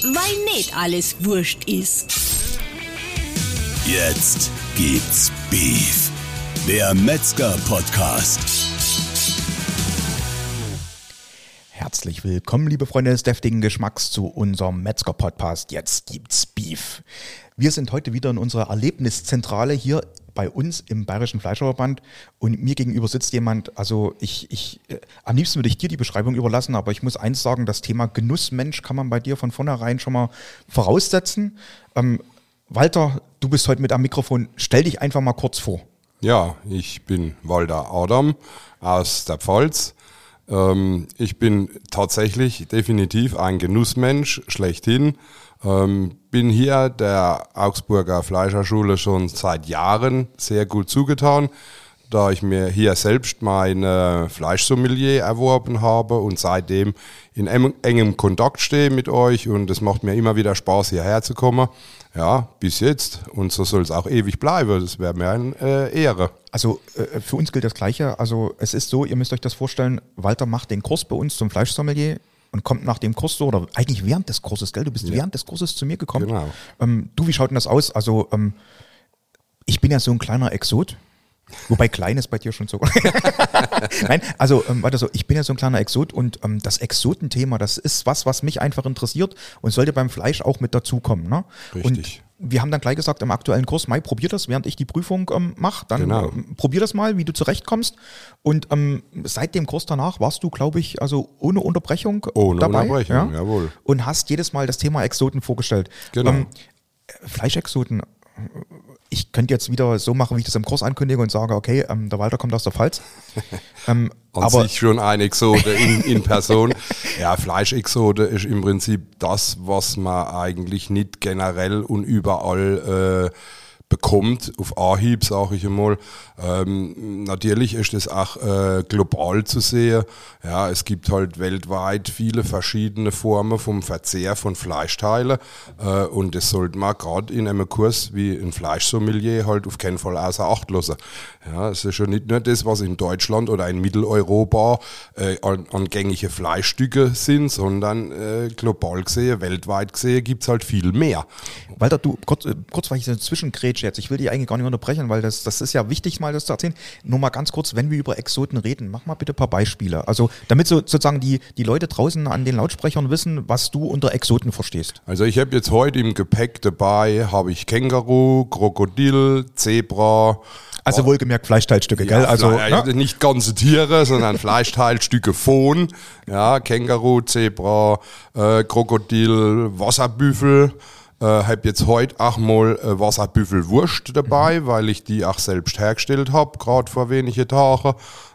weil nicht alles wurscht ist. Jetzt gibt's Beef, der Metzger-Podcast. Herzlich willkommen, liebe Freunde des deftigen Geschmacks, zu unserem Metzger-Podcast. Jetzt gibt's Beef. Wir sind heute wieder in unserer Erlebniszentrale hier bei uns im Bayerischen Fleischerverband und mir gegenüber sitzt jemand, also am liebsten würde ich dir die Beschreibung überlassen, aber ich muss eins sagen, das Thema Genussmensch kann man bei dir von vornherein schon mal voraussetzen. Walter, du bist heute mit am Mikrofon, stell dich einfach mal kurz vor. Ja, ich bin Walter Adam aus der Pfalz. Ich bin tatsächlich definitiv ein Genussmensch schlechthin. Bin hier der Augsburger Fleischerschule schon seit Jahren sehr gut zugetan, da ich mir hier selbst mein Fleischsommelier erworben habe und seitdem in engem Kontakt stehe mit euch und es macht mir immer wieder Spaß, hierher zu kommen. Ja, bis jetzt. Und so soll es auch ewig bleiben. Das wäre mir eine Ehre. Also für uns gilt das Gleiche. Also es ist so, ihr müsst euch das vorstellen, Walter macht den Kurs bei uns zum Fleischsommelier und kommt nach dem Kurs so, oder eigentlich während des Kurses, gell? Du bist während des Kurses zu mir gekommen. Genau. Du, wie schaut denn das aus? Also ich bin ja so ein kleiner Exot. Wobei klein ist bei dir schon so. Nein, also weiter so, ich bin ja so ein kleiner Exot und das Exotenthema, das ist was mich einfach interessiert und sollte beim Fleisch auch mit dazukommen. Ne? Richtig. Und wir haben dann gleich gesagt, im aktuellen Kurs, Mai, probier das, während ich die Prüfung mache, dann probier das mal, wie du zurechtkommst. Und seit dem Kurs danach warst du, glaube ich, also ohne Unterbrechung dabei. Ohne Unterbrechung, ja? Jawohl. Und hast jedes Mal das Thema Exoten vorgestellt. Genau. Fleischexoten. Ich könnte jetzt wieder so machen, wie ich das im Kurs ankündige und sage, okay, der Walter kommt aus der Pfalz. Aber sich schon ein Exote in Person. Ja, Fleischexote ist im Prinzip das, was man eigentlich nicht generell und überall bekommt, auf Anhieb, sage ich einmal. Natürlich ist das auch global zu sehen. Ja, es gibt halt weltweit viele verschiedene Formen vom Verzehr von Fleischteilen und das sollte man gerade in einem Kurs wie ein Fleischsommelier halt auf keinen Fall außer Acht lassen. Ja, es ist schon nicht nur das, was in Deutschland oder in Mitteleuropa an gängige Fleischstücke sind, sondern global gesehen, weltweit gesehen gibt's halt viel mehr. Walter, du, kurz weil ich so zwischengrätsche jetzt, ich will dich eigentlich gar nicht unterbrechen, weil das ist ja wichtig, mal das zu erzählen. Nur mal ganz kurz, wenn wir über Exoten reden, mach mal bitte ein paar Beispiele. Also damit sozusagen die Leute draußen an den Lautsprechern wissen, was du unter Exoten verstehst. Also ich habe jetzt heute im Gepäck dabei, habe ich Känguru, Krokodil, Zebra. Also wohlgemerkt Fleischteilstücke, gell? Also nicht ganze Tiere, sondern Fleischteilstücke von. Ja, Känguru, Zebra, Krokodil, Wasserbüffel. Habe jetzt heute auch mal Wasserbüffelwurst dabei, weil ich die auch selbst hergestellt habe, gerade vor wenigen Tagen.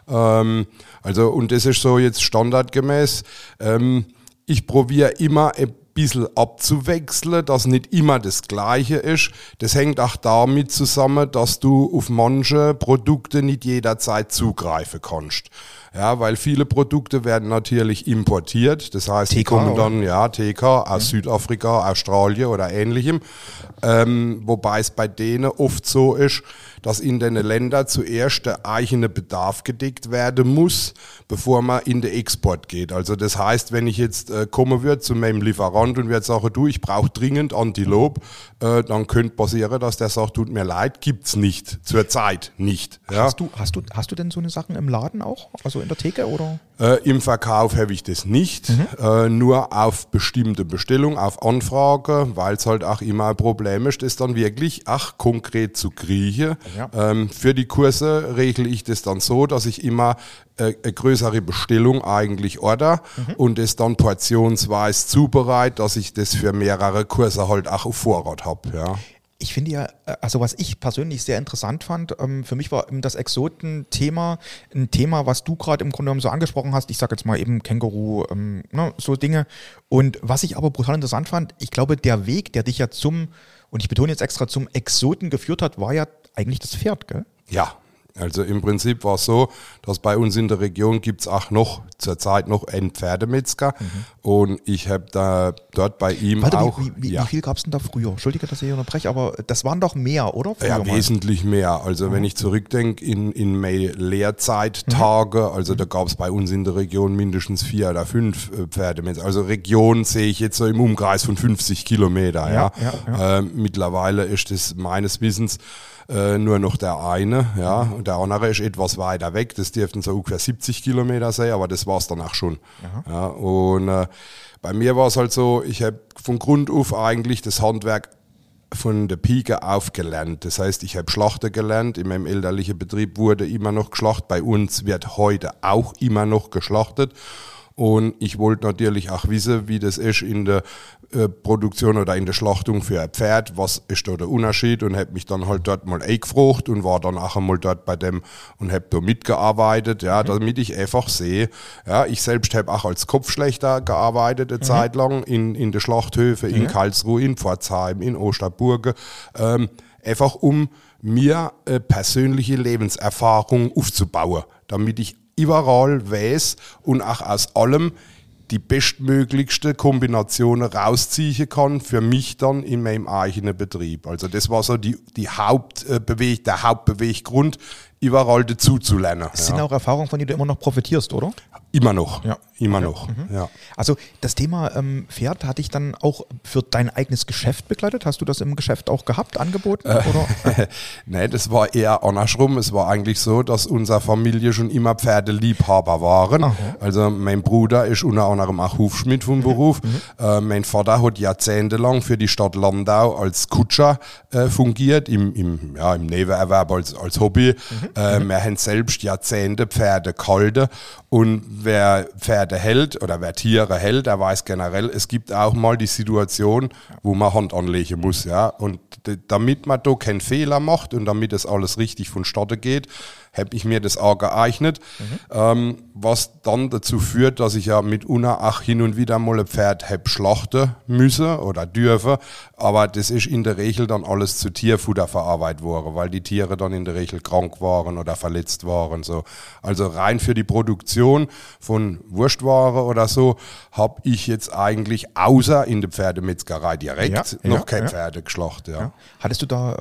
Und das ist so jetzt standardgemäß. Ich probiere immer ein bisschen abzuwechseln, dass nicht immer das Gleiche ist. Das hängt auch damit zusammen, dass du auf manche Produkte nicht jederzeit zugreifen kannst. Ja, weil viele Produkte werden natürlich importiert. Das heißt, die kommen dann, TK aus Südafrika, Australien oder ähnlichem. Wobei es bei denen oft so ist, dass in den Ländern zuerst der eigene Bedarf gedeckt werden muss, bevor man in den Export geht. Also das heißt, wenn ich jetzt kommen würde zu meinem Lieferant und würde sagen, du, ich brauche dringend Antilop, dann könnte passieren, dass der sagt, tut mir leid, gibt's nicht, zurzeit nicht. Ja? Hast du denn so eine Sachen im Laden auch, also in der Theke oder? Im Verkauf habe ich das nicht, nur auf bestimmte Bestellung, auf Anfrage, weil es halt auch immer ein Problem ist, das dann wirklich konkret zu kriegen. Ja. Für die Kurse regle ich das dann so, dass ich immer eine größere Bestellung eigentlich order und es dann portionsweise zubereite, dass ich das für mehrere Kurse halt auch auf Vorrat habe. Ja. Ich finde ja, also was ich persönlich sehr interessant fand, für mich war das Exoten-Thema ein Thema, was du gerade im Grunde genommen so angesprochen hast. Ich sage jetzt mal eben Känguru, so Dinge. Und was ich aber brutal interessant fand, ich glaube, der Weg, der dich ja und ich betone jetzt extra, zum Exoten geführt hat, war ja eigentlich das Pferd, gell? Ja, Also im Prinzip war es so, dass bei uns in der Region gibt's auch zurzeit noch einen Pferdemetzger und ich habe da dort bei ihm auch... Wie viel gab es denn da früher? Entschuldige, dass ich hier unterbreche, aber das waren doch mehr, oder? Früher ja, mal. wesentlich mehr. Also wenn ich zurückdenke in meine Lehrzeit-Tage, also da gab es bei uns in der Region mindestens 4 oder 5 Pferdemetzger. Also Region sehe ich jetzt so im Umkreis von 50 Kilometer. Ja. Mittlerweile ist es meines Wissens nur noch der eine, ja, und der andere ist etwas weiter weg, das dürften so ungefähr 70 Kilometer sein, aber das war es danach schon. Ja, und bei mir war es halt so, ich habe von Grund auf eigentlich das Handwerk von der Pike auf gelernt. Das heißt, ich habe Schlachter gelernt, in meinem elterlichen Betrieb wurde immer noch geschlachtet, bei uns wird heute auch immer noch geschlachtet. Und ich wollte natürlich auch wissen, wie das ist in der Produktion oder in der Schlachtung für ein Pferd. Was ist da der Unterschied? Und habe mich dann halt dort mal eingefragt und war dann auch einmal dort bei dem und habe da mitgearbeitet, ja, damit ich einfach sehe. Ja, ich selbst habe auch als Kopfschlächter gearbeitet eine Zeit lang in der Schlachthöfe in Karlsruhe, in Pforzheim, in Osterburge. Einfach um mir persönliche Lebenserfahrung aufzubauen, damit ich überall weiß und auch aus allem die bestmöglichste Kombination rausziehen kann für mich dann in meinem eigenen Betrieb. Also das war so der Hauptbeweggrund, überall dazu zu lernen. Das sind auch Erfahrungen, von denen du immer noch profitierst, oder? Immer noch, ja. Immer noch. Ja. Also das Thema Pferd hatte ich dann auch für dein eigenes Geschäft begleitet. Hast du das im Geschäft auch gehabt, angeboten? Oder? Nein, das war eher andersrum. Es war eigentlich so, dass unsere Familie schon immer Pferdeliebhaber waren. Aha. Also mein Bruder ist unter anderem auch Hufschmied vom Beruf. Mein Vater hat jahrzehntelang für die Stadt Landau als Kutscher fungiert, im Nebenerwerb als Hobby. Wir haben selbst Jahrzehnte Pferde gehalten. Und wer Pferde hält oder wer Tiere hält, der weiß generell, es gibt auch mal die Situation, wo man Hand anlegen muss. Ja? Und damit man da keinen Fehler macht und damit das alles richtig vonstatten geht, habe ich mir das auch geeignet, was dann dazu führt, dass ich ja mit auch hin und wieder mal ein Pferd habe schlachten müssen oder dürfen, aber das ist in der Regel dann alles zu Tierfutter verarbeitet worden, weil die Tiere dann in der Regel krank waren oder verletzt waren. So. Also rein für die Produktion von Wurstwaren oder so habe ich jetzt eigentlich außer in der Pferdemetzgerei direkt noch keine Pferde geschlachtet. Ja. Hattest du da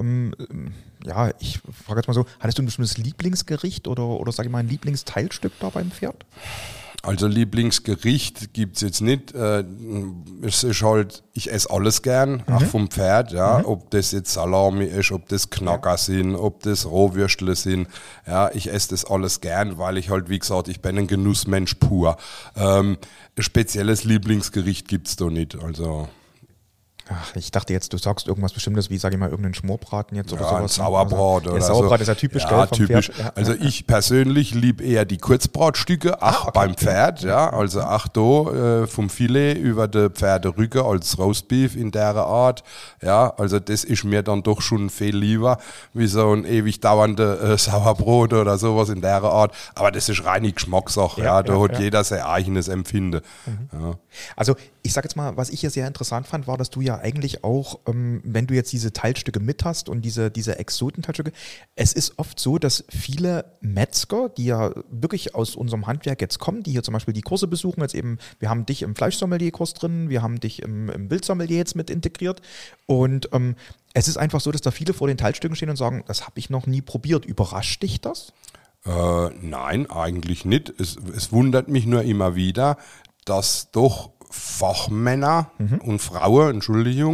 ich frage jetzt mal so, hattest du ein bestimmtes Lieblingsgericht oder sag ich mal ein Lieblingsteilstück da beim Pferd? Also Lieblingsgericht gibt's jetzt nicht. Es ist halt, ich esse alles gern, auch vom Pferd, ja. Ob das jetzt Salami ist, ob das Knacker sind, ob das Rohwürstle sind. Ja, ich esse das alles gern, weil ich halt, wie gesagt, ich bin ein Genussmensch pur. Ein spezielles Lieblingsgericht gibt's da nicht, also... Ach, ich dachte jetzt, du sagst irgendwas Bestimmtes, wie, sag ich mal, irgendeinen Schmorbraten jetzt oder ja, sowas. Ein Sauerbrot oder so. Sauerbrot ist ja typisch, ja, vom typisch. Pferd. Ja. Also ich persönlich liebe eher die Kurzbratstücke, beim Pferd, ja. Also vom Filet über die Pferderücke als Roastbeef in der Art, ja. Also das ist mir dann doch schon viel lieber, wie so ein ewig dauernde Sauerbrot oder sowas in der Art. Aber das ist reine Geschmackssache, ja. Da hat jeder sein eigenes Empfinden. Ja. Also ich sag jetzt mal, was ich hier sehr interessant fand, war, dass du ja eigentlich auch, wenn du jetzt diese Teilstücke mit hast und diese Exotenteilstücke, es ist oft so, dass viele Metzger, die ja wirklich aus unserem Handwerk jetzt kommen, die hier zum Beispiel die Kurse besuchen, jetzt eben, wir haben dich im Fleischsommelier-Kurs drin, wir haben dich im Wildsommelier jetzt mit integriert und es ist einfach so, dass da viele vor den Teilstücken stehen und sagen, das habe ich noch nie probiert. Überrascht dich das? Nein, eigentlich nicht. Es wundert mich nur immer wieder, dass doch Fachmänner und Frauen, Entschuldigung,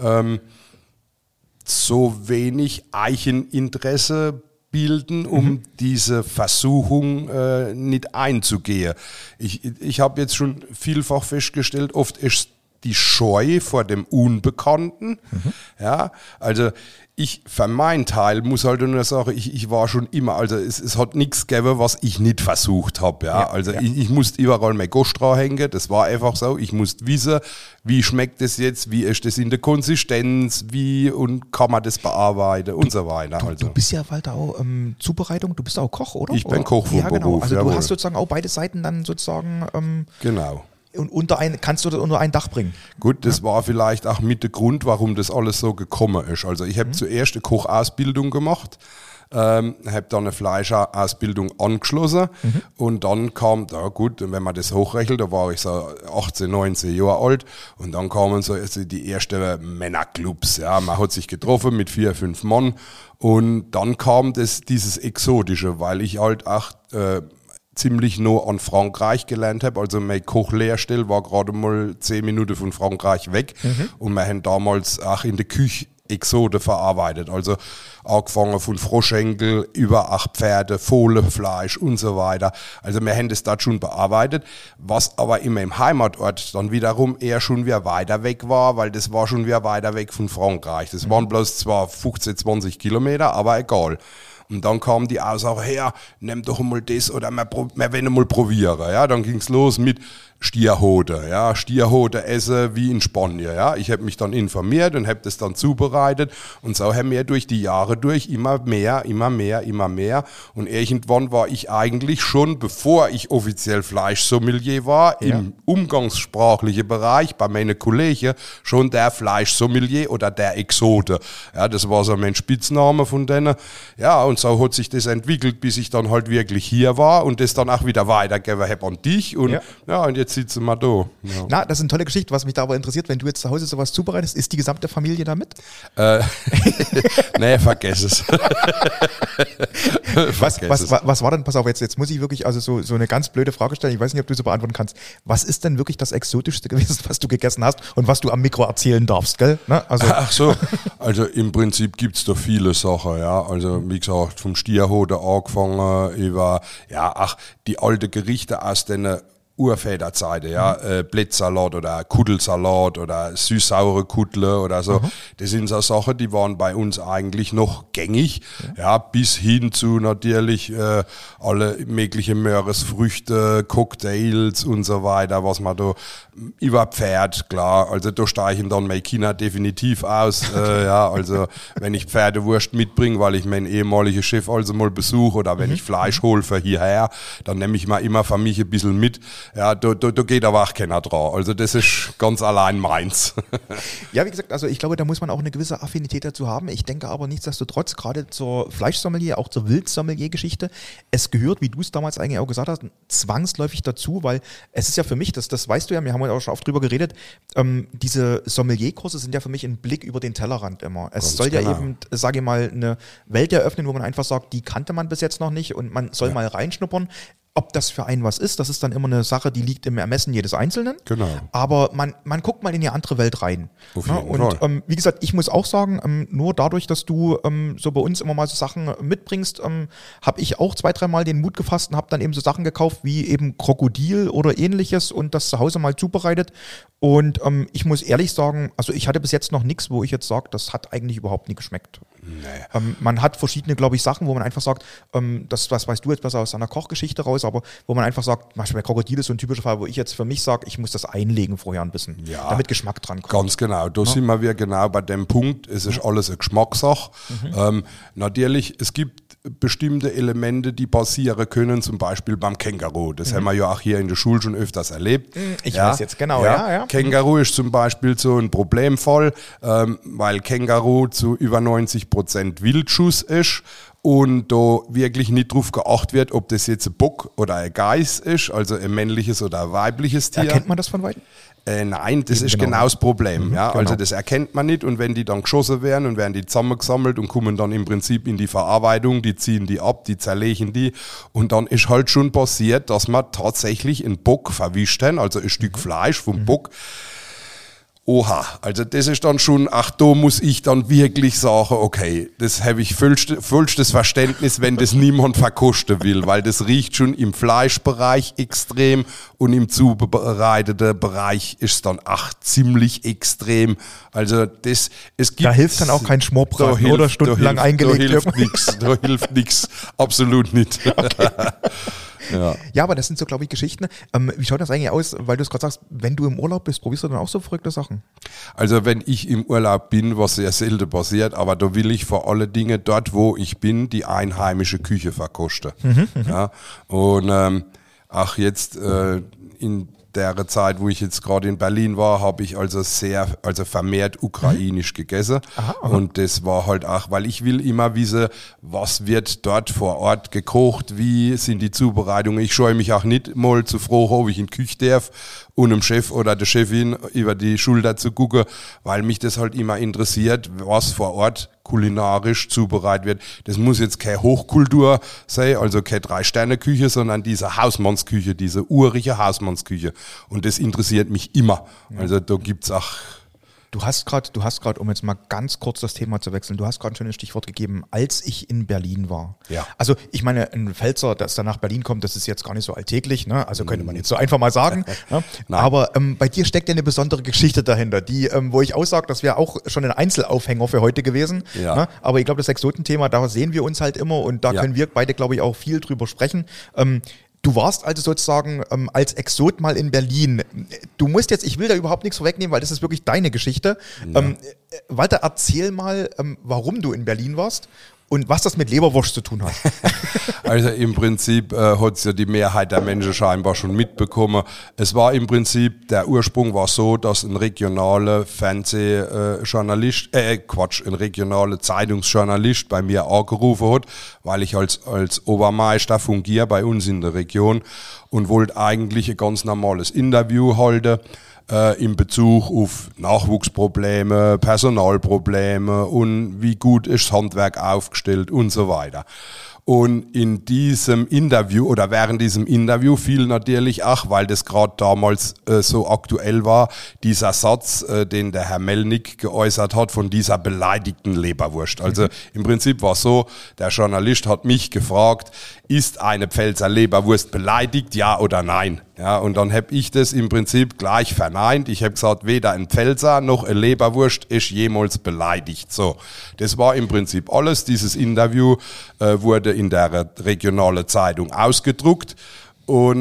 so wenig Eigeninteresse bilden, um diese Versuchung nicht einzugehen. Ich habe jetzt schon vielfach festgestellt, oft ist die Scheu vor dem Unbekannten. Ja, also ich für meinen Teil muss halt nur sagen, ich war schon immer, also es hat nichts gegeben, was ich nicht versucht habe. Ja? Ich musste überall mein Gost dranhängen, das war einfach so. Ich musste wissen, wie schmeckt das jetzt, wie ist das in der Konsistenz, wie und kann man das bearbeiten und so weiter. Du bist ja, Walter, auch Zubereitung, du bist auch Koch, oder? Ich bin Koch vom Beruf, Also du hast sozusagen auch beide Seiten dann sozusagen... Genau. Und kannst du das unter ein Dach bringen? Gut, das war vielleicht auch mit der Grund, warum das alles so gekommen ist. Also ich habe zuerst eine Kochausbildung gemacht, habe dann eine Fleischerausbildung angeschlossen und dann kam, da gut, wenn man das hochrechnet, da war ich so 18, 19 Jahre alt und dann kamen so die ersten Männerclubs, ja, man hat sich getroffen mit 4, 5 Mann und dann kam dieses Exotische, weil ich halt auch ziemlich nur an Frankreich gelernt habe. Also meine Kochlehrstelle war gerade mal 10 Minuten von Frankreich weg und wir haben damals auch in der Küche Exote verarbeitet. Also angefangen von Froschenkel über 8 Pferde, Fohlenfleisch und so weiter. Also wir haben das dort schon bearbeitet, was aber immer im Heimatort dann wiederum eher schon wieder weiter weg war, weil das war schon wieder weiter weg von Frankreich. Das waren bloß zwar 15, 20 Kilometer, aber egal. Und dann kam die Aussage, her, nimm doch mal das oder wir wollen mal probieren. Ja, dann ging's los mit Stierhoden, ja, Stierhoden essen wie in Spanien, ja. Ich habe mich dann informiert und habe das dann zubereitet und so haben wir durch die Jahre durch immer mehr und irgendwann war ich eigentlich schon, bevor ich offiziell Fleischsommelier war, im umgangssprachlichen Bereich bei meinen Kollegen schon der Fleischsommelier oder der Exote. Ja, das war so mein Spitzname von denen. Ja, und so hat sich das entwickelt, bis ich dann halt wirklich hier war und das dann auch wieder weitergegeben habe an dich und und jetzt sitzen wir da. Ja. Na, das ist eine tolle Geschichte. Was mich da aber interessiert, wenn du jetzt zu Hause sowas zubereitest, ist die gesamte Familie da mit? Nee, vergess es. Was war denn, pass auf, jetzt muss ich wirklich also so eine ganz blöde Frage stellen, ich weiß nicht, ob du sie beantworten kannst. Was ist denn wirklich das Exotischste gewesen, was du gegessen hast und was du am Mikro erzählen darfst, gell? Ne? Also. Ach so, also im Prinzip gibt's da viele Sachen, ja. Also wie gesagt, vom Stierhoden angefangen über, die alte Gerichte aus den Urväterzeiten, ja, Blättsalat oder Kuddelsalat oder süß-saure Kuddle oder so. Das sind so Sachen, die waren bei uns eigentlich noch gängig, ja, bis hin zu natürlich alle möglichen Meeresfrüchte, Cocktails und so weiter, was man da über Pferd, klar, also da steigen dann meine Kinder definitiv aus, ja, also wenn ich Pferdewurst mitbringe, weil ich meinen ehemaligen Chef also mal besuche oder wenn ich Fleisch hole für hierher, dann nehme ich mal immer für mich ein bisschen mit. Ja, da geht aber auch keiner dran. Also das ist ganz allein meins. Ja, wie gesagt, also ich glaube, da muss man auch eine gewisse Affinität dazu haben. Ich denke aber nichtsdestotrotz, gerade zur Fleischsommelier, auch zur Wildsommelier-Geschichte, es gehört, wie du es damals eigentlich auch gesagt hast, zwangsläufig dazu, weil es ist ja für mich, das weißt du ja, wir haben ja auch schon oft drüber geredet, diese Sommelierkurse sind ja für mich ein Blick über den Tellerrand immer. Es soll ja eben, sage ich mal, eine Welt eröffnen, wo man einfach sagt, die kannte man bis jetzt noch nicht und man soll mal reinschnuppern. Ob das für einen was ist, das ist dann immer eine Sache, die liegt im Ermessen jedes Einzelnen. Genau. Aber man guckt mal in die andere Welt rein. Auf jeden Fall. Und wie gesagt, ich muss auch sagen, nur dadurch, dass du so bei uns immer mal so Sachen mitbringst, habe ich auch 2, 3 Mal den Mut gefasst und habe dann eben so Sachen gekauft wie eben Krokodil oder ähnliches und das zu Hause mal zubereitet. Und ich muss ehrlich sagen, also ich hatte bis jetzt noch nichts, wo ich jetzt sage, das hat eigentlich überhaupt nicht geschmeckt. Nee. Man hat verschiedene, glaube ich, Sachen, wo man einfach sagt, das weißt du jetzt besser aus deiner Kochgeschichte raus, aber wo man einfach sagt, zum Beispiel bei Krokodil ist so ein typischer Fall, wo ich jetzt für mich sage, ich muss das einlegen vorher ein bisschen, damit Geschmack dran kommt. Ganz genau, da sind wir wieder genau bei dem Punkt, es ist alles eine Geschmackssache. Natürlich, es gibt bestimmte Elemente, die passieren können, zum Beispiel beim Känguru. Das haben wir ja auch hier in der Schule schon öfters erlebt. Ich weiß jetzt genau, ja. Känguru ist zum Beispiel so ein Problemfall, weil Känguru zu über 90% Wildschuss ist und da wirklich nicht drauf geachtet wird, ob das jetzt ein Bock oder ein Geiß ist, also ein männliches oder ein weibliches Tier. Erkennt man das von Weitem? Nein, das ist genau das Problem. Ja? Genau. Also das erkennt man nicht und wenn die dann geschossen werden und werden die zusammengesammelt und kommen dann im Prinzip in die Verarbeitung, die ziehen die ab, die zerlegen die und dann ist halt schon passiert, dass man tatsächlich einen Bock verwischt haben, also ein Stück Fleisch vom Bock. Oha, also das ist dann schon, da muss ich dann wirklich sagen, okay, das habe ich vollstes Verständnis, wenn das niemand verkosten will, weil das riecht schon im Fleischbereich extrem und im zubereiteten Bereich ist dann ziemlich extrem. Also es gibt... Da hilft dann auch kein Schmorbraten oder stundenlang eingelegt. Da hilft nichts, absolut nicht. Okay. Ja, aber das sind so, glaube ich, Geschichten. Wie schaut das eigentlich aus, weil du es gerade sagst, wenn du im Urlaub bist, probierst du dann auch so verrückte Sachen? Also wenn ich im Urlaub bin, was sehr selten passiert, aber da will ich vor allen Dingen dort, wo ich bin, die einheimische Küche verkosten. Ja? Und auch jetzt in der Zeit, wo ich jetzt gerade in Berlin war, habe ich also vermehrt ukrainisch gegessen. Aha. Und das war halt auch, weil ich will immer wissen, was wird dort vor Ort gekocht, wie sind die Zubereitungen. Ich scheue mich auch nicht mal zu fragen, ob ich in die Küche darf und dem Chef oder der Chefin über die Schulter zu gucken, weil mich das halt immer interessiert, was vor Ort kulinarisch zubereitet wird. Das muss jetzt keine Hochkultur sein, also keine 3-Sterne-Küche, sondern diese Hausmannsküche, diese urige Hausmannsküche. Und das interessiert mich immer. Also da gibt's auch... Du hast gerade, um jetzt mal ganz kurz das Thema zu wechseln, du hast gerade ein schönes Stichwort gegeben, als ich in Berlin war. Ja. Also ich meine, ein Pfälzer, das dann nach Berlin kommt, das ist jetzt gar nicht so alltäglich, ne? Also könnte man jetzt so einfach mal sagen. Ne? Aber bei dir steckt ja eine besondere Geschichte dahinter, die, wo ich aussage, das wäre auch schon ein Einzelaufhänger für heute gewesen. Ja. Ne? Aber ich glaube, das Exotenthema, da sehen wir uns halt immer und da können wir beide, glaube ich, auch viel drüber sprechen. Du warst also sozusagen als Exot mal in Berlin. Du musst jetzt, ich will da überhaupt nichts vorwegnehmen, weil das ist wirklich deine Geschichte. Ja. Walter, erzähl mal, warum du in Berlin warst und was das mit Leberwurst zu tun hat. Also im Prinzip hat es ja die Mehrheit der Menschen scheinbar schon mitbekommen. Es war im Prinzip, der Ursprung war so, dass ein regionaler Fernsehjournalist, ein regionaler Zeitungsjournalist bei mir angerufen hat, weil ich als Obermeister fungiere bei uns in der Region und wollte eigentlich ein ganz normales Interview halten. In Bezug auf Nachwuchsprobleme, Personalprobleme und wie gut ist das Handwerk aufgestellt und so weiter. Und in diesem Interview oder während diesem Interview fiel natürlich auch, weil das gerade damals so aktuell war, dieser Satz, den der Herr Melnick geäußert hat von dieser beleidigten Leberwurst. Also im Prinzip war es so, der Journalist hat mich gefragt, ist eine Pfälzer Leberwurst beleidigt, ja oder nein? Ja, und dann habe ich das im Prinzip gleich verneint. Ich habe gesagt, weder ein Pfälzer noch eine Leberwurst ist jemals beleidigt. So, das war im Prinzip alles. Dieses Interview wurde in der regionalen Zeitung ausgedruckt und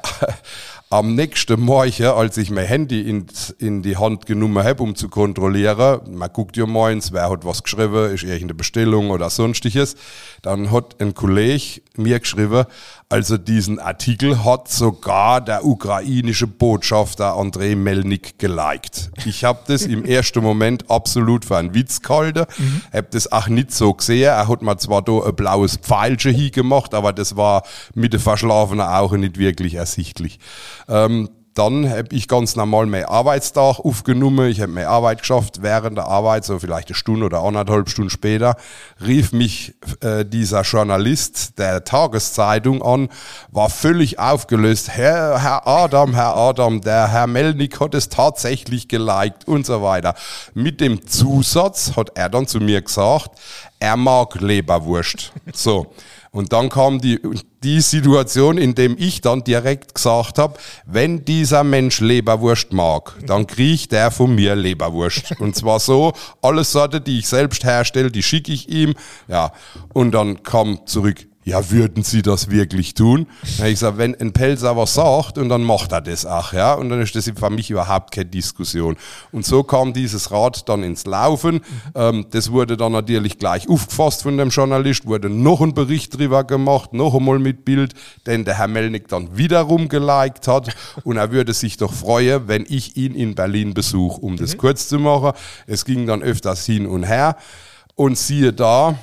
am nächsten Morgen, als ich mein Handy in die Hand genommen habe, um zu kontrollieren, man guckt ja meins, wer hat was geschrieben, ist irgendeine Bestellung oder sonstiges, dann hat ein Kollege mir geschrieben, also diesen Artikel hat sogar der ukrainische Botschafter Andrei Melnik geliked. Ich habe das im ersten Moment absolut für einen Witz gehalten, habe das auch nicht so gesehen. Er hat mir zwar da ein blaues Pfeilchen hingemacht, aber das war mit den verschlafenen Augen nicht wirklich ersichtlich. Dann habe ich ganz normal meinen Arbeitstag aufgenommen. Ich habe meine Arbeit geschafft. Während der Arbeit, so vielleicht eine Stunde oder 1,5 Stunden später, rief mich dieser Journalist der Tageszeitung an, war völlig aufgelöst. Herr Adam, der Herr Melnick hat es tatsächlich geliked und so weiter. Mit dem Zusatz hat er dann zu mir gesagt, er mag Leberwurst. So. Und dann kam die Situation, in dem ich dann direkt gesagt habe, wenn dieser Mensch Leberwurst mag, dann kriegt der von mir Leberwurst. Und zwar so, alle Sorten, die ich selbst herstelle, die schicke ich ihm. Ja. Und dann kam zurück, ja, würden Sie das wirklich tun? Dann habe ich gesagt, wenn ein Pelzer was sagt, und dann macht er das auch, ja. Und dann ist das für mich überhaupt keine Diskussion. Und so kam dieses Rad dann ins Laufen. Das wurde dann natürlich gleich aufgefasst von dem Journalist, wurde noch ein Bericht drüber gemacht, noch einmal mit Bild, den der Herr Melnick dann wiederum geliked hat. Und er würde sich doch freuen, wenn ich ihn in Berlin besuche, um das kurz zu machen. Es ging dann öfters hin und her. Und siehe da,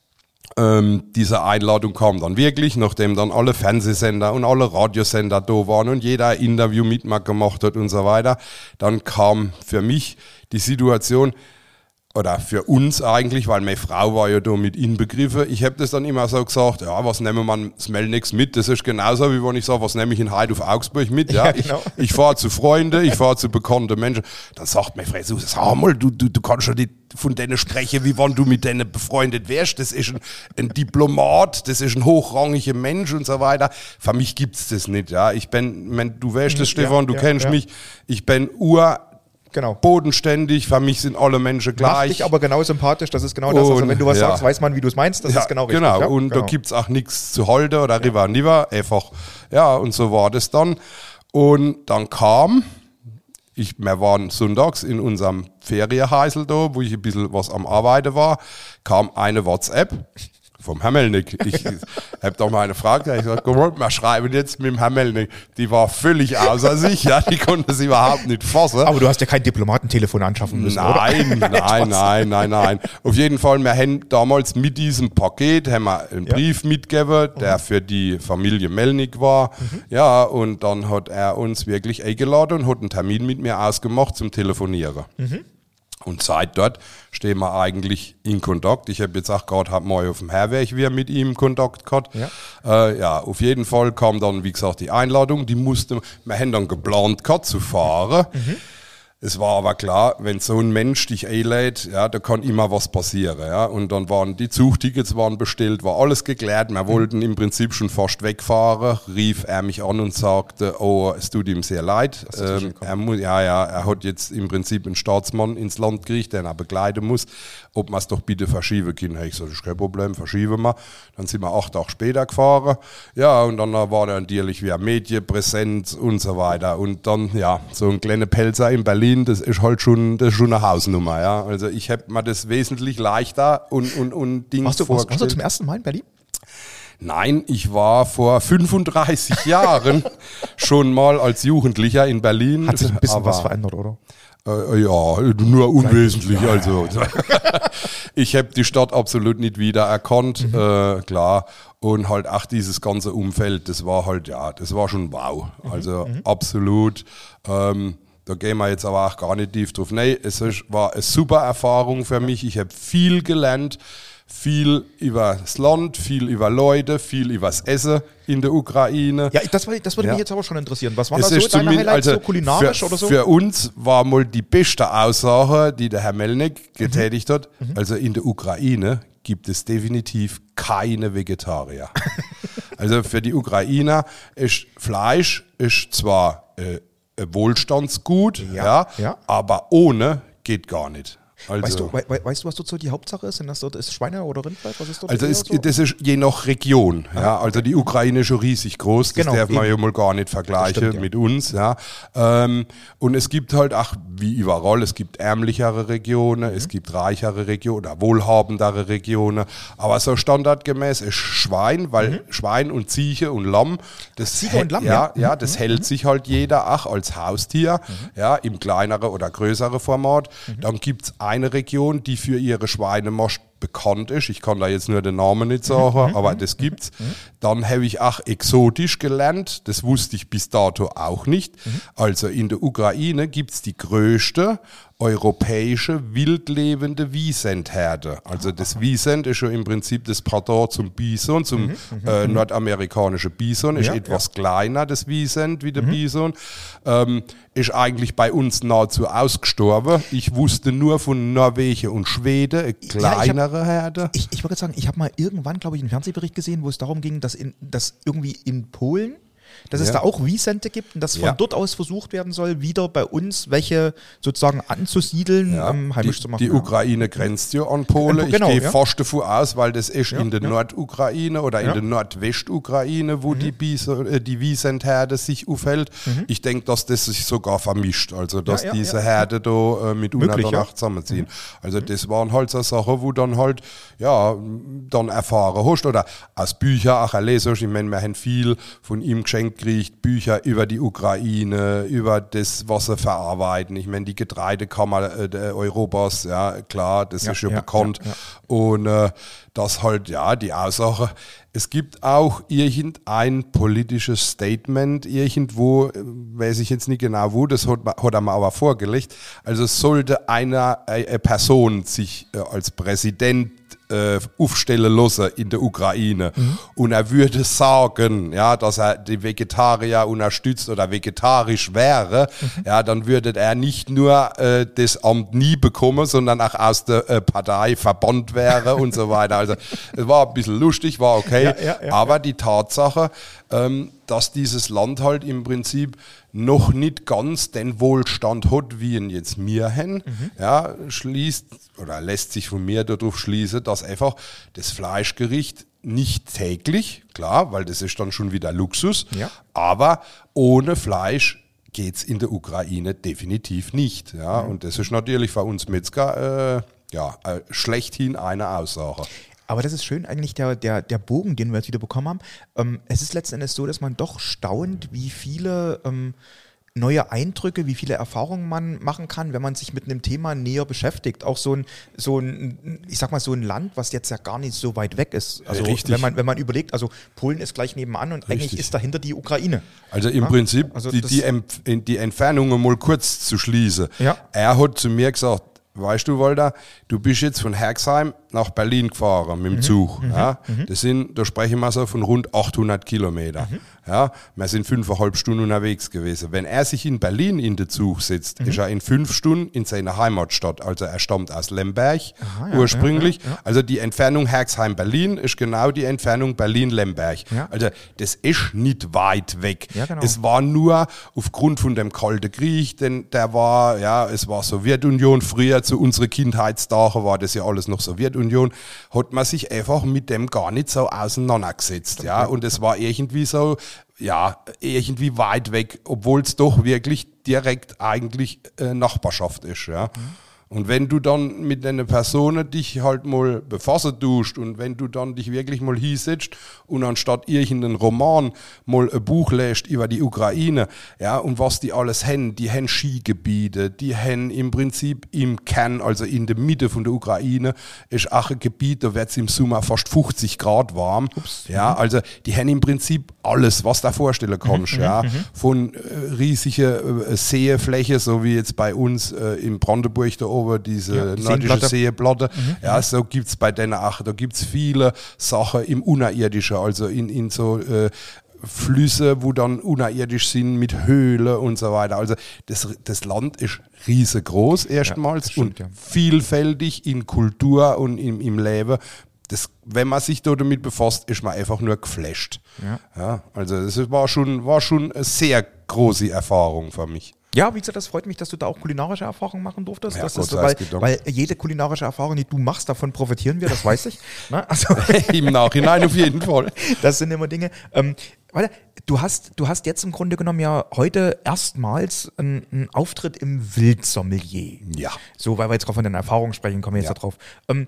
diese Einladung kam dann wirklich, nachdem dann alle Fernsehsender und alle Radiosender da waren und jeder ein Interview mit mir gemacht hat und so weiter. Dann kam für mich die Situation, oder für uns eigentlich, weil meine Frau war ja da mit inbegriffen. Ich habe das dann immer so gesagt, ja, was nehmen wir das Melnick mit? Das ist genauso, wie wenn ich sage, was nehme ich in Heid auf Augsburg mit? Ja, genau. Ich fahre zu Freunden, ich fahre zu bekannten Menschen. Dann sagt meine Frau, sag mal, du kannst schon nicht von denen sprechen, wie wenn du mit denen befreundet wärst. Das ist ein Diplomat, das ist ein hochrangiger Mensch und so weiter. Für mich gibt's das nicht. Ja, du weißt das, Stefan, du kennst mich. Ich bin bodenständig, für mich sind alle Menschen gleich. Macht dich aber genau sympathisch, das ist genau das. Also wenn du was sagst, weiß man, wie du es meinst, das ist genau richtig. Genau, und da gibt's auch nichts zu halten oder river niver, einfach, ja, und so war das dann. Und dann wir waren sonntags in unserem Ferienhäusl da, wo ich ein bisschen was am Arbeiten war, kam eine WhatsApp vom Herr Melnick. Ich habe doch mal eine Frage, ich gesagt, komm, wir schreiben jetzt mit dem Herr Melnick. Die war völlig außer sich, ja, die konnte sie überhaupt nicht fassen. Aber du hast ja kein Diplomatentelefon anschaffen müssen, nein, oder? Nein. Auf jeden Fall, wir haben damals mit diesem Paket haben wir einen Brief mitgegeben, der für die Familie Melnick war. Ja, und dann hat er uns wirklich eingeladen und hat einen Termin mit mir ausgemacht zum Telefonieren. Und seit dort stehen wir eigentlich in Kontakt. Ich habe jetzt auch gerade mal auf dem Herweg wieder mit ihm Kontakt gehabt. Ja. Auf jeden Fall kam dann, wie gesagt, die Einladung. Wir haben dann geplant gehabt zu fahren. Es war aber klar, wenn so ein Mensch dich einlädt, ja, da kann immer was passieren. Ja. Und dann waren die Zugtickets waren bestellt, war alles geklärt. Wir wollten im Prinzip schon fast wegfahren. Rief er mich an und sagte, oh, es tut ihm sehr leid. Er hat jetzt im Prinzip einen Staatsmann ins Land gekriegt, den er begleiten muss. Ob wir es doch bitte verschieben können. Ich so, das ist kein Problem, verschieben wir. Dann sind wir 8 Tage später gefahren. Ja, und dann war dann natürlich wieder Medienpräsenz und so weiter. Und dann, ja, so ein kleiner Pelzer in Berlin, das ist halt schon eine Hausnummer. Ja. Also ich habe mir das wesentlich leichter und Dinge vorgestellt. Warst du zum ersten Mal in Berlin? Nein, ich war vor 35 Jahren schon mal als Jugendlicher in Berlin. Hat sich ein bisschen was verändert, oder? Ja, nur unwesentlich. Ja, also ich habe die Stadt absolut nicht wiedererkannt, klar. Und halt auch dieses ganze Umfeld, das war halt, ja, das war schon wow. Also absolut. Da gehen wir jetzt aber auch gar nicht tief drauf. Nein, war eine super Erfahrung für mich. Ich habe viel gelernt. Viel über das Land, viel über Leute, viel über das Essen in der Ukraine. Ja, das würde mich jetzt aber schon interessieren. Was war da so deine Highlights, so kulinarisch oder so? Für uns war mal die beste Aussage, die der Herr Melnick getätigt hat. Also in der Ukraine gibt es definitiv keine Vegetarier. Also für die Ukrainer ist Fleisch ist zwar Wohlstandsgut, aber ohne geht gar nicht. Also, weißt du, was dort so die Hauptsache ist? Ist Schweine- oder Rindfleisch? Was ist dort also das ist je nach Region. Ja. Also die Ukraine ist schon riesig groß, das darf man ja mal gar nicht vergleichen mit uns. Ja. Und es gibt halt auch, wie überall, es gibt ärmlichere Regionen, es gibt reichere Regionen oder wohlhabendere Regionen. Aber so standardgemäß ist Schwein, weil Schwein und Ziege und Lamm, das das hält sich halt jeder auch als Haustier, ja, im kleineren oder größeren Format. Dann gibt es eine Region, die für ihre Schweinemast bekannt ist. Ich kann da jetzt nur den Namen nicht sagen, aber das gibt's. Dann habe ich auch exotisch gelernt. Das wusste ich bis dato auch nicht. Also in der Ukraine gibt's die größte europäische wildlebende Wiesentherde. Also das Wiesent ist schon im Prinzip das Pendant zum Bison, zum nordamerikanischen Bison. Ist etwas kleiner, das Wiesent, wie der Bison. Ist eigentlich bei uns nahezu ausgestorben. Ich wusste nur von Norwegen und Schweden, eine kleinere Herde. Ich wollte sagen, ich habe mal irgendwann, glaube ich, einen Fernsehbericht gesehen, wo es darum ging, dass irgendwie in Polen, dass es da auch Wiesente gibt und dass von dort aus versucht werden soll, wieder bei uns welche sozusagen anzusiedeln, heimisch zu machen. Die Ukraine grenzt ja an Polen. Ich gehe fast davon aus, weil das ist in der Nordukraine oder in der Nordwestukraine, wo die Wiesentherde sich aufhält. Ich denke, dass das sich sogar vermischt, also dass diese Herde da mit einer Nacht zusammenziehen. Also das waren halt so Sachen, wo dann halt, dann erfahren hast oder aus Büchern auch lesen hast. Ich meine, wir haben viel von ihm geschenkt kriegt, Bücher über die Ukraine, über das, was sie verarbeiten. Ich meine, die Getreidekammer Europas, ja klar, das ist schon bekannt. Und das halt, die Aussage, es gibt auch irgendein politisches Statement, irgendwo, weiß ich jetzt nicht genau wo, das hat er mir aber vorgelegt. Also sollte eine Person sich als Präsident aufstellen lassen in der Ukraine und er würde sagen, dass er die Vegetarier unterstützt oder vegetarisch wäre, dann würde er nicht nur das Amt nie bekommen, sondern auch aus der Partei verbannt wäre und so weiter. Also es war ein bisschen lustig, war okay, aber die Tatsache, dass dieses Land halt im Prinzip noch nicht ganz den Wohlstand hat, wie ihn jetzt wir haben, schließt oder lässt sich von mir darauf schließen, dass einfach das Fleischgericht nicht täglich, klar, weil das ist dann schon wieder Luxus, aber ohne Fleisch geht's in der Ukraine definitiv nicht. Ja? Und das ist natürlich für uns Metzger schlechthin eine Aussage. Aber das ist schön eigentlich der Bogen, den wir jetzt wieder bekommen haben. Es ist letzten Endes so, dass man doch staunt, wie viele neue Eindrücke, wie viele Erfahrungen man machen kann, wenn man sich mit einem Thema näher beschäftigt. Auch so ein, ich sag mal, so ein Land, was jetzt ja gar nicht so weit weg ist. Also Richtig. wenn man überlegt, also Polen ist gleich nebenan und Richtig. eigentlich ist dahinter die Ukraine. Also im Prinzip also die Entfernungen mal kurz zu schließen. Ja. Er hat zu mir gesagt, weißt du, Walter, du bist jetzt von Herxheim nach Berlin gefahren mit dem Zug. Ja? Da sprechen wir so von rund 800 Kilometer. Ja? Wir sind 5,5 Stunden unterwegs gewesen. Wenn er sich in Berlin in den Zug setzt, ist er in 5 Stunden in seiner Heimatstadt. Also er stammt aus Lemberg ursprünglich. Ja. Also die Entfernung Herxheim-Berlin ist genau die Entfernung Berlin-Lemberg. Ja. Also das ist nicht weit weg. Ja, genau. Es war nur aufgrund von dem Kalten Krieg, denn es war Sowjetunion. Früher zu unseren Kindheitstagen war das ja alles noch Sowjetunion, hat man sich einfach mit dem gar nicht so auseinandergesetzt. Okay. Ja, und es war irgendwie so, irgendwie weit weg, obwohl es doch wirklich direkt eigentlich Nachbarschaft ist. Ja. Und wenn du dann mit einer Person dich halt mal befassen tust und wenn du dann dich wirklich mal hinsetzt und anstatt irgendeinen Roman mal ein Buch lässt über die Ukraine, ja, und was die alles haben, die haben Skigebiete, die haben im Prinzip im Kern, also in der Mitte von der Ukraine, ist auch ein Gebiet, da wird es im Sommer fast 50 Grad warm. Ja, also die haben im Prinzip alles, was du dir vorstellen kannst, von riesigen Seefläche, so wie jetzt bei uns in Brandenburg da oben, diese nordische Seeplatte. Ja, so gibt es bei denen auch, da gibt es viele Sachen im Unterirdischen, also in so Flüsse, wo dann unterirdisch sind mit Höhlen und so weiter. Also das Land ist riesengroß erstmals und vielfältig in Kultur und im Leben. Wenn man sich da damit befasst, ist man einfach nur geflasht. Ja, also das war schon eine sehr große Erfahrung für mich. Ja, wie gesagt, das freut mich, dass du da auch kulinarische Erfahrungen machen durftest. Ja, das ist so, weil jede kulinarische Erfahrung, die du machst, davon profitieren wir, das weiß ich. Ne? Also, im Nachhinein auf jeden Fall. Das sind immer Dinge. Du hast jetzt im Grunde genommen ja heute erstmals einen Auftritt im Wildsommelier. Ja. So, weil wir jetzt gerade von den Erfahrungen sprechen, kommen wir jetzt da drauf.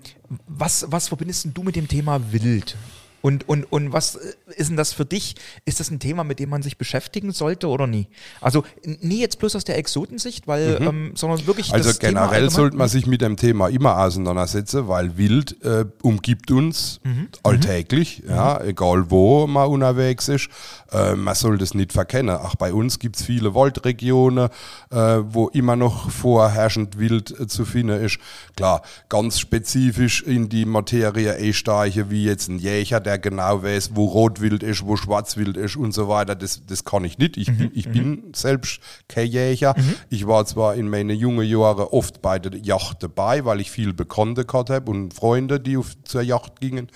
Was verbindest denn du mit dem Thema Wild? Und was ist denn das für dich? Ist das ein Thema, mit dem man sich beschäftigen sollte oder nie? Also nie jetzt bloß aus der Exotensicht, weil, sondern wirklich also das Thema generell sollte man sich mit dem Thema immer auseinandersetzen, weil Wild umgibt uns alltäglich, ja, egal wo man unterwegs ist. Man soll das nicht verkennen. Auch bei uns gibt es viele Waldregionen, wo immer noch vorherrschend Wild zu finden ist. Klar, ganz spezifisch in die Materie einsteigen, wie jetzt ein Jäger, der genau weiß, wo Rotwild ist, wo Schwarzwild ist und so weiter. Das kann ich nicht. Ich bin selbst kein Jäger. Ich war zwar in meinen jungen Jahren oft bei der Yacht dabei, weil ich viel Bekannte gehabt habe und Freunde, die zur Yacht gingen.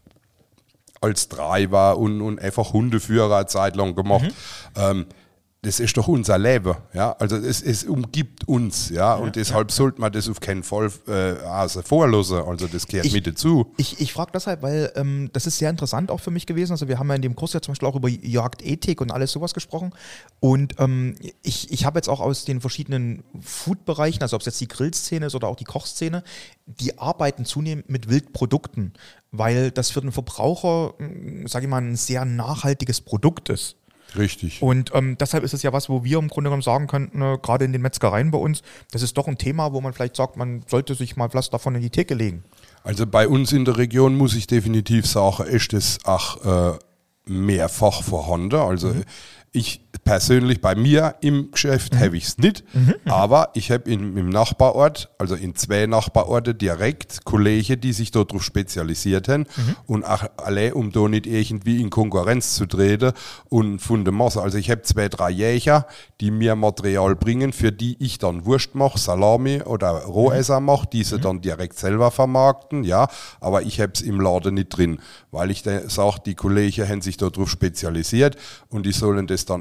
Als Treiber und einfach Hundeführer eine Zeit lang gemacht. Das ist doch unser Leben, ja. Also es umgibt uns, ja. Und deshalb sollte man das auf keinen Fall vorlassen. Also das gehört mit dazu. Ich frage deshalb, weil das ist sehr interessant auch für mich gewesen. Also wir haben ja in dem Kurs ja zum Beispiel auch über Jagdethik und alles sowas gesprochen. Und ich habe jetzt auch aus den verschiedenen Food-Bereichen, also ob es jetzt die Grillszene ist oder auch die Kochszene, die arbeiten zunehmend mit Wildprodukten, weil das für den Verbraucher, sage ich mal, ein sehr nachhaltiges Produkt ist. Richtig. Und deshalb ist es ja was, wo wir im Grunde genommen sagen könnten, gerade in den Metzgereien bei uns, das ist doch ein Thema, wo man vielleicht sagt, man sollte sich mal was davon in die Theke legen. Also bei uns in der Region muss ich definitiv sagen, ist das auch mehrfach vorhanden. Also ich persönlich bei mir im Geschäft habe ich es nicht, aber ich habe im Nachbarort, also in 2 Nachbarorte direkt Kollegen, die sich darauf spezialisiert haben und auch alle, um da nicht irgendwie in Konkurrenz zu treten und von der Masse. Also ich habe 2, 3 Jäger, die mir Material bringen, für die ich dann Wurst mache, Salami oder Rohesser mache, die sie dann direkt selber vermarkten, ja, aber ich habe es im Laden nicht drin, weil ich sage, die Kollegen haben sich darauf spezialisiert und die sollen das dann auch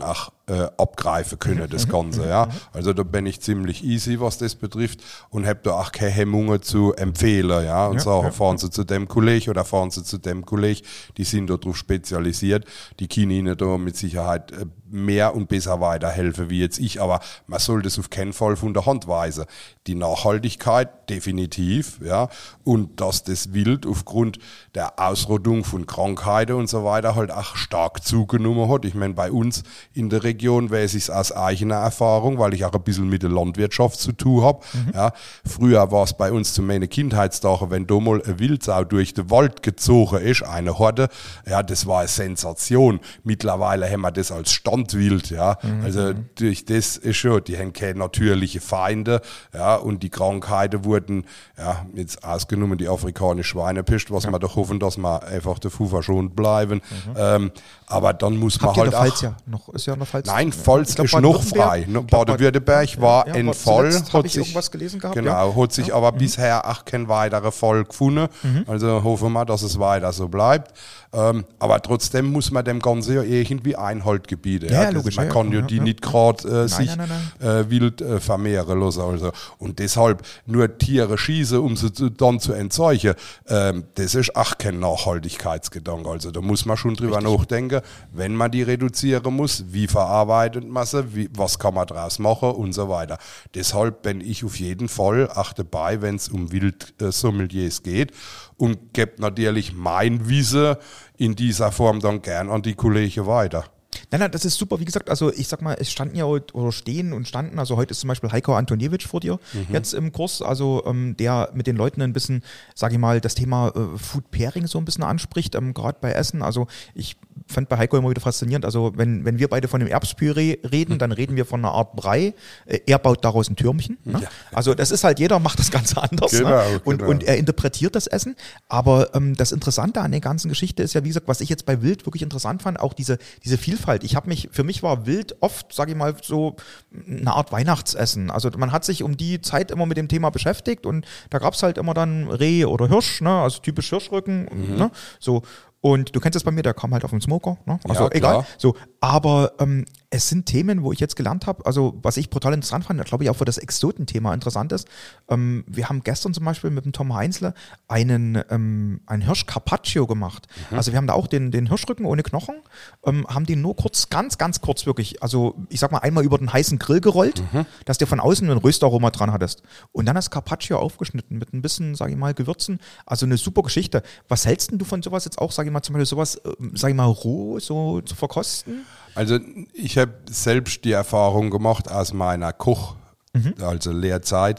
abgreifen können, das Ganze. Ja. Also da bin ich ziemlich easy, was das betrifft und habe da auch keine Hemmungen zu empfehlen. Ja. Und sagen, fahren Sie zu dem Kollegen oder fahren Sie zu dem Kollegen, die sind darauf spezialisiert, die können Ihnen da mit Sicherheit mehr und besser weiterhelfen wie jetzt ich, aber man soll das auf keinen Fall von der Hand weisen. Die Nachhaltigkeit definitiv, ja, und dass das Wild aufgrund der Ausrottung von Krankheiten und so weiter halt auch stark zugenommen hat. Ich meine, bei uns in der Region weiß ich es aus eigener Erfahrung, weil ich auch ein bisschen mit der Landwirtschaft zu tun habe. Ja, früher war es bei uns zu meinen Kindheitstagen, wenn da mal eine Wildsau durch den Wald gezogen ist, eine Horde, ja, das war eine Sensation. Mittlerweile haben wir das als Standwild, ja. Also durch das ist schon, die haben keine natürliche Feinde, ja, und die Krankheiten wurden, ja, jetzt ausgenommen die afrikanische Schweinepest, was wir doch hoffen, dass wir einfach davor verschont bleiben. Aber dann muss man halt auch... Ja noch, ist ja noch Pfalz? Nein, Pfalz ist noch frei. Baden-Württemberg war ein Fall. Habe ich irgendwas gelesen gehabt? Genau, hat sich aber bisher auch kein weiterer Fall gefunden. Also hoffen wir, dass es weiter so bleibt. Aber trotzdem muss man dem Ganzen ja irgendwie Einhalt gebieten. Ja, logisch. Man kann ja die nicht gerade sich wild vermehren lassen. Also. Und deshalb nur Tiere schießen, um sie dann zu entzeugen, das ist auch kein Nachhaltigkeitsgedanke. Also da muss man schon drüber nachdenken, wenn man die reduzieren muss, wie verarbeitet man sie, was kann man daraus machen und so weiter. Deshalb bin ich auf jeden Fall auch dabei, wenn es um Wildsommeliers geht und gebe natürlich mein Wissen in dieser Form dann gern an die Kollegen weiter. Nein, das ist super. Wie gesagt, also ich sag mal, es standen ja oder stehen und standen, also heute ist zum Beispiel Heiko Antoniewicz vor dir jetzt im Kurs, also der mit den Leuten ein bisschen, sag ich mal, das Thema Food Pairing so ein bisschen anspricht, gerade bei Essen. Also ich fand bei Heiko immer wieder faszinierend, also wenn wir beide von dem Erbspüree reden, dann reden wir von einer Art Brei. Er baut daraus ein Türmchen. Ne? Ja. Also das ist halt, jeder macht das Ganze anders. Genau, ne? Und er interpretiert das Essen. Aber das Interessante an der ganzen Geschichte ist ja, wie gesagt, was ich jetzt bei Wild wirklich interessant fand, auch diese Vielfalt. Für mich war Wild oft, sage ich mal, so eine Art Weihnachtsessen. Also man hat sich um die Zeit immer mit dem Thema beschäftigt und da gab es halt immer dann Reh oder Hirsch, ne? Also typisch Hirschrücken, ne? So. Und du kennst das bei mir, der kam halt auf dem Smoker, ne? Also ja, egal. So, aber es sind Themen, wo ich jetzt gelernt habe, also was ich brutal interessant fand, glaube ich auch für das Exotenthema interessant ist. Wir haben gestern zum Beispiel mit dem Tom Heinzle einen Hirsch Carpaccio gemacht. Also wir haben da auch den Hirschrücken ohne Knochen, haben den nur kurz, ganz kurz wirklich, also ich sag mal einmal über den heißen Grill gerollt, dass der von außen ein Röstaroma dran hattest. Und dann das Carpaccio aufgeschnitten mit ein bisschen, sage ich mal, Gewürzen. Also eine super Geschichte. Was hältst denn du von sowas jetzt auch, sage ich mal, zum Beispiel sowas, sage ich mal, roh so zu verkosten? Also ich habe selbst die Erfahrung gemacht aus meiner also Lehrzeit,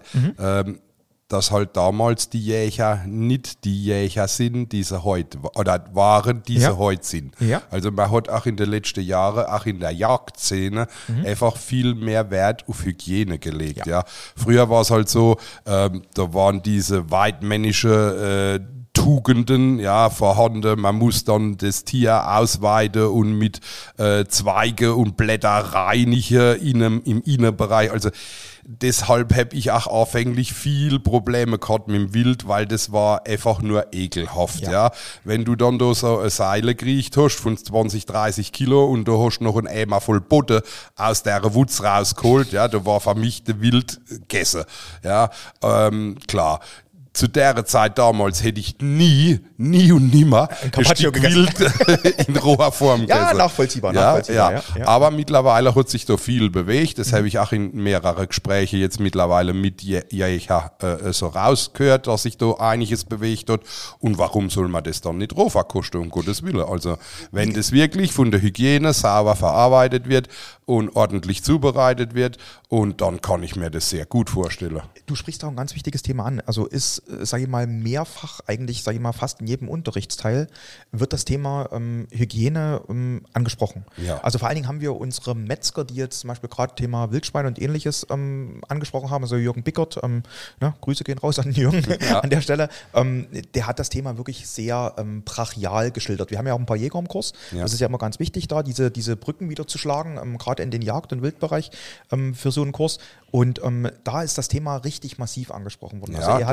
dass halt damals die Jäger nicht die Jäger sind, die sie heute, oder waren, die sie heute sind. Ja. Also man hat auch in den letzten Jahren, auch in der Jagdszene, einfach viel mehr Wert auf Hygiene gelegt. Ja. Früher war es halt so, da waren diese weidmännische Tugenden vorhanden. Man muss dann das Tier ausweiden und mit Zweige und Blätter reinigen im Innenbereich. Also deshalb habe ich auch anfänglich viel Probleme gehabt mit dem Wild, weil das war einfach nur ekelhaft. Ja. Wenn du dann da so eine Seile gekriegt hast von 20, 30 Kilo und du hast noch einen Eimer voll Butter aus der Wutz rausgeholt, ja, da war für mich der Wild gegessen. Ja, klar. Zu der Zeit damals hätte ich nie und nimmer ein Stück Wild in roher Form gegessen. Ja, nachvollziehbar. Ja. Aber mittlerweile hat sich da viel bewegt. Das habe ich auch in mehrere Gespräche jetzt mittlerweile mit Jäger so rausgehört, dass sich da einiges bewegt hat. Und warum soll man das dann nicht roh verkosten, um Gottes Willen? Also wenn das wirklich von der Hygiene sauber verarbeitet wird und ordentlich zubereitet wird, und dann kann ich mir das sehr gut vorstellen. Du sprichst auch ein ganz wichtiges Thema an. Also ist, sage ich mal, mehrfach eigentlich, sage ich mal, fast in jedem Unterrichtsteil wird das Thema Hygiene angesprochen. Ja. Also vor allen Dingen haben wir unsere Metzger, die jetzt zum Beispiel gerade Thema Wildschwein und ähnliches angesprochen haben, also Jürgen Bickert, Grüße gehen raus an Jürgen an der Stelle, der hat das Thema wirklich sehr brachial geschildert. Wir haben ja auch ein paar Jäger im Kurs, das ist ja immer ganz wichtig da, diese Brücken wieder zu schlagen, gerade in den Jagd- und Wildbereich für so einen Kurs. Und da ist das Thema richtig massiv angesprochen worden. Also er hat das wirklich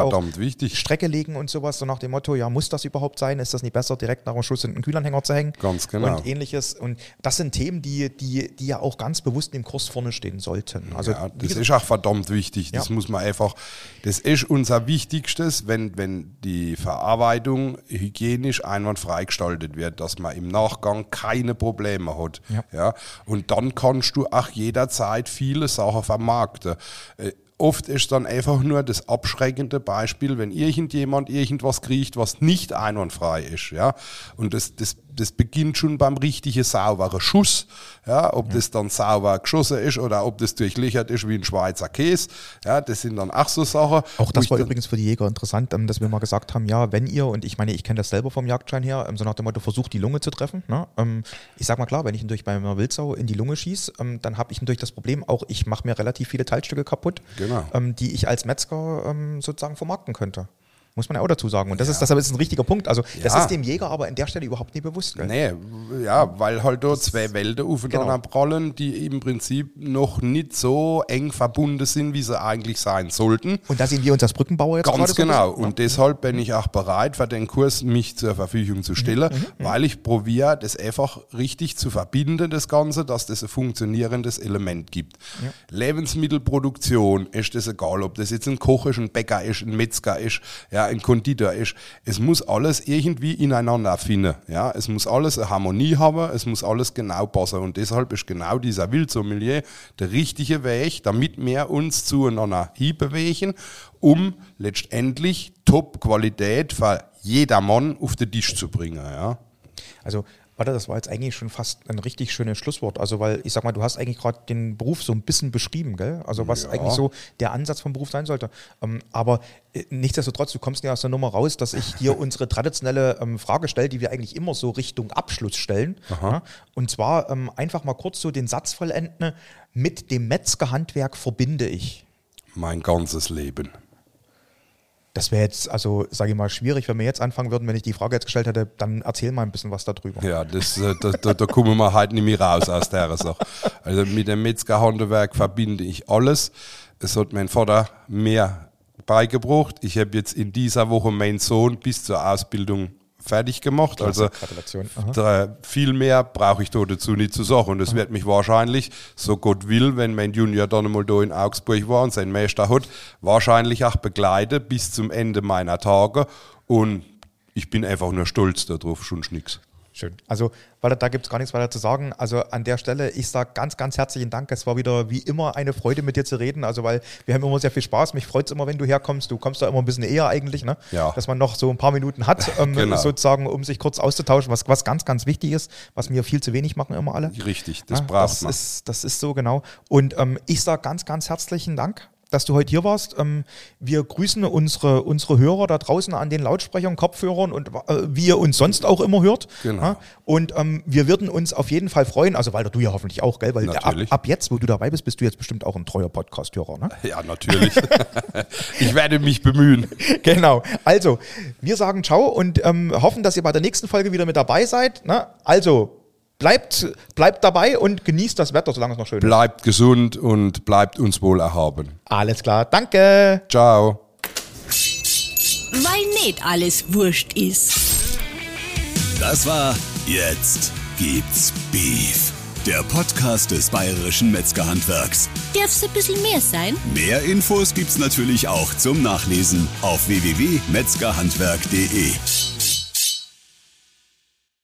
verdammt wichtig. Strecke legen und sowas, so nach dem Motto, ja, muss das überhaupt sein? Ist das nicht besser, direkt nach dem Schuss in einen Kühlanhänger zu hängen? Ganz genau. Und ähnliches. Und das sind Themen, die ja auch ganz bewusst im Kurs vorne stehen sollten. Also, ja, das ist auch verdammt wichtig. Das muss man einfach, das ist unser Wichtigstes, wenn die Verarbeitung hygienisch einwandfrei gestaltet wird, dass man im Nachgang keine Probleme hat. Ja. Und dann kannst du auch jederzeit viele Sachen vermarkten. Oft ist dann einfach nur das abschreckende Beispiel, wenn irgendjemand irgendwas kriegt, was nicht einwandfrei ist. Ja? Und das beginnt schon beim richtigen sauberen Schuss. Ja? Ob das dann sauber geschossen ist oder ob das durchlöchert ist wie ein Schweizer Käse. Ja? Das sind dann auch so Sachen. Auch das war übrigens für die Jäger interessant, dass wir mal gesagt haben, ja, wenn ihr, und ich meine, ich kenne das selber vom Jagdschein her, so nach dem Motto, versucht die Lunge zu treffen. Ne? Ich sag mal klar, wenn ich natürlich bei einer Wildsau in die Lunge schieße, dann habe ich natürlich das Problem, auch ich mache mir relativ viele Teilstücke kaputt. Genau. Die ich als Metzger sozusagen vermarkten könnte. Muss man ja auch dazu sagen. Und das ist ein richtiger Punkt. Also das ist dem Jäger aber an der Stelle überhaupt nicht bewusst. Gell? Nee, ja, weil halt dort zwei Welten aufeinander prallen, die im Prinzip noch nicht so eng verbunden sind, wie sie eigentlich sein sollten. Und da sehen wir uns als Brückenbauer jetzt ganz genau. So und deshalb bin ich auch bereit, für den Kurs mich zur Verfügung zu stellen, weil ich probiere, das einfach richtig zu verbinden, das Ganze, dass das ein funktionierendes Element gibt. Ja. Lebensmittelproduktion, ist das egal, ob das jetzt ein Koch ist, ein Bäcker ist, ein Metzger ist, ja, ein Konditor ist. Es muss alles irgendwie ineinander finden. Ja? Es muss alles eine Harmonie haben, es muss alles genau passen. Und deshalb ist genau dieser Wildsommelier der richtige Weg, damit wir uns zueinander hinbewegen, um letztendlich Top-Qualität für jedermann auf den Tisch zu bringen. Ja? Also, warte, das war jetzt eigentlich schon fast ein richtig schönes Schlusswort. Also, weil ich sag mal, du hast eigentlich gerade den Beruf so ein bisschen beschrieben, gell? Also, was eigentlich so der Ansatz vom Beruf sein sollte. Aber nichtsdestotrotz, du kommst ja aus der Nummer raus, dass ich dir unsere traditionelle Frage stelle, die wir eigentlich immer so Richtung Abschluss stellen. Ja? Und zwar einfach mal kurz so den Satz vollenden: Mit dem Metzgerhandwerk verbinde ich mein ganzes Leben. Das wäre jetzt, also sage ich mal, schwierig, wenn wir jetzt anfangen würden, wenn ich die Frage jetzt gestellt hätte, dann erzähl mal ein bisschen was darüber. Ja, da kommen wir halt nicht mehr raus aus der Sache. Also mit dem Metzgerhandwerk verbinde ich alles. Es hat mein Vater mir beigebracht. Ich habe jetzt in dieser Woche meinen Sohn bis zur Ausbildung fertig gemacht. Klasse, also Gratulation. Viel mehr brauche ich da dazu nicht zu sagen. Und das wird mich wahrscheinlich, so Gott will, wenn mein Junior dann einmal da in Augsburg war und seinen Meister hat, wahrscheinlich auch begleiten bis zum Ende meiner Tage. Und ich bin einfach nur stolz darauf, schon nichts. Schön. Also, weil da gibt es gar nichts weiter zu sagen. Also an der Stelle, ich sage ganz, ganz herzlichen Dank. Es war wieder wie immer eine Freude, mit dir zu reden. Also, weil wir haben immer sehr viel Spaß. Mich freut es immer, wenn du herkommst. Du kommst da immer ein bisschen eher eigentlich, ne? Ja. Dass man noch so ein paar Minuten hat, genau. sozusagen, um sich kurz auszutauschen, was ganz, ganz wichtig ist, was wir viel zu wenig machen immer alle. Richtig, das braucht man. Das ist so genau. Und ich sage ganz, ganz herzlichen Dank, dass du heute hier warst. Wir grüßen unsere Hörer da draußen an den Lautsprechern, Kopfhörern und wie ihr uns sonst auch immer hört. Genau. Und wir würden uns auf jeden Fall freuen, also Walter, du ja hoffentlich auch, gell? Weil ab jetzt, wo du dabei bist, bist du jetzt bestimmt auch ein treuer Podcast-Hörer, ne? Ja, natürlich. Ich werde mich bemühen. Genau. Also, wir sagen ciao und hoffen, dass ihr bei der nächsten Folge wieder mit dabei seid. Ne? Also, Bleibt dabei und genießt das Wetter, solange es noch schön ist. Bleibt gesund und bleibt uns wohl erhaben. Alles klar, danke. Ciao. Weil nicht alles wurscht ist. Das war Jetzt gibt's Beef, der Podcast des Bayerischen Metzgerhandwerks. Darf's ein bisschen mehr sein? Mehr Infos gibt's natürlich auch zum Nachlesen auf www.metzgerhandwerk.de.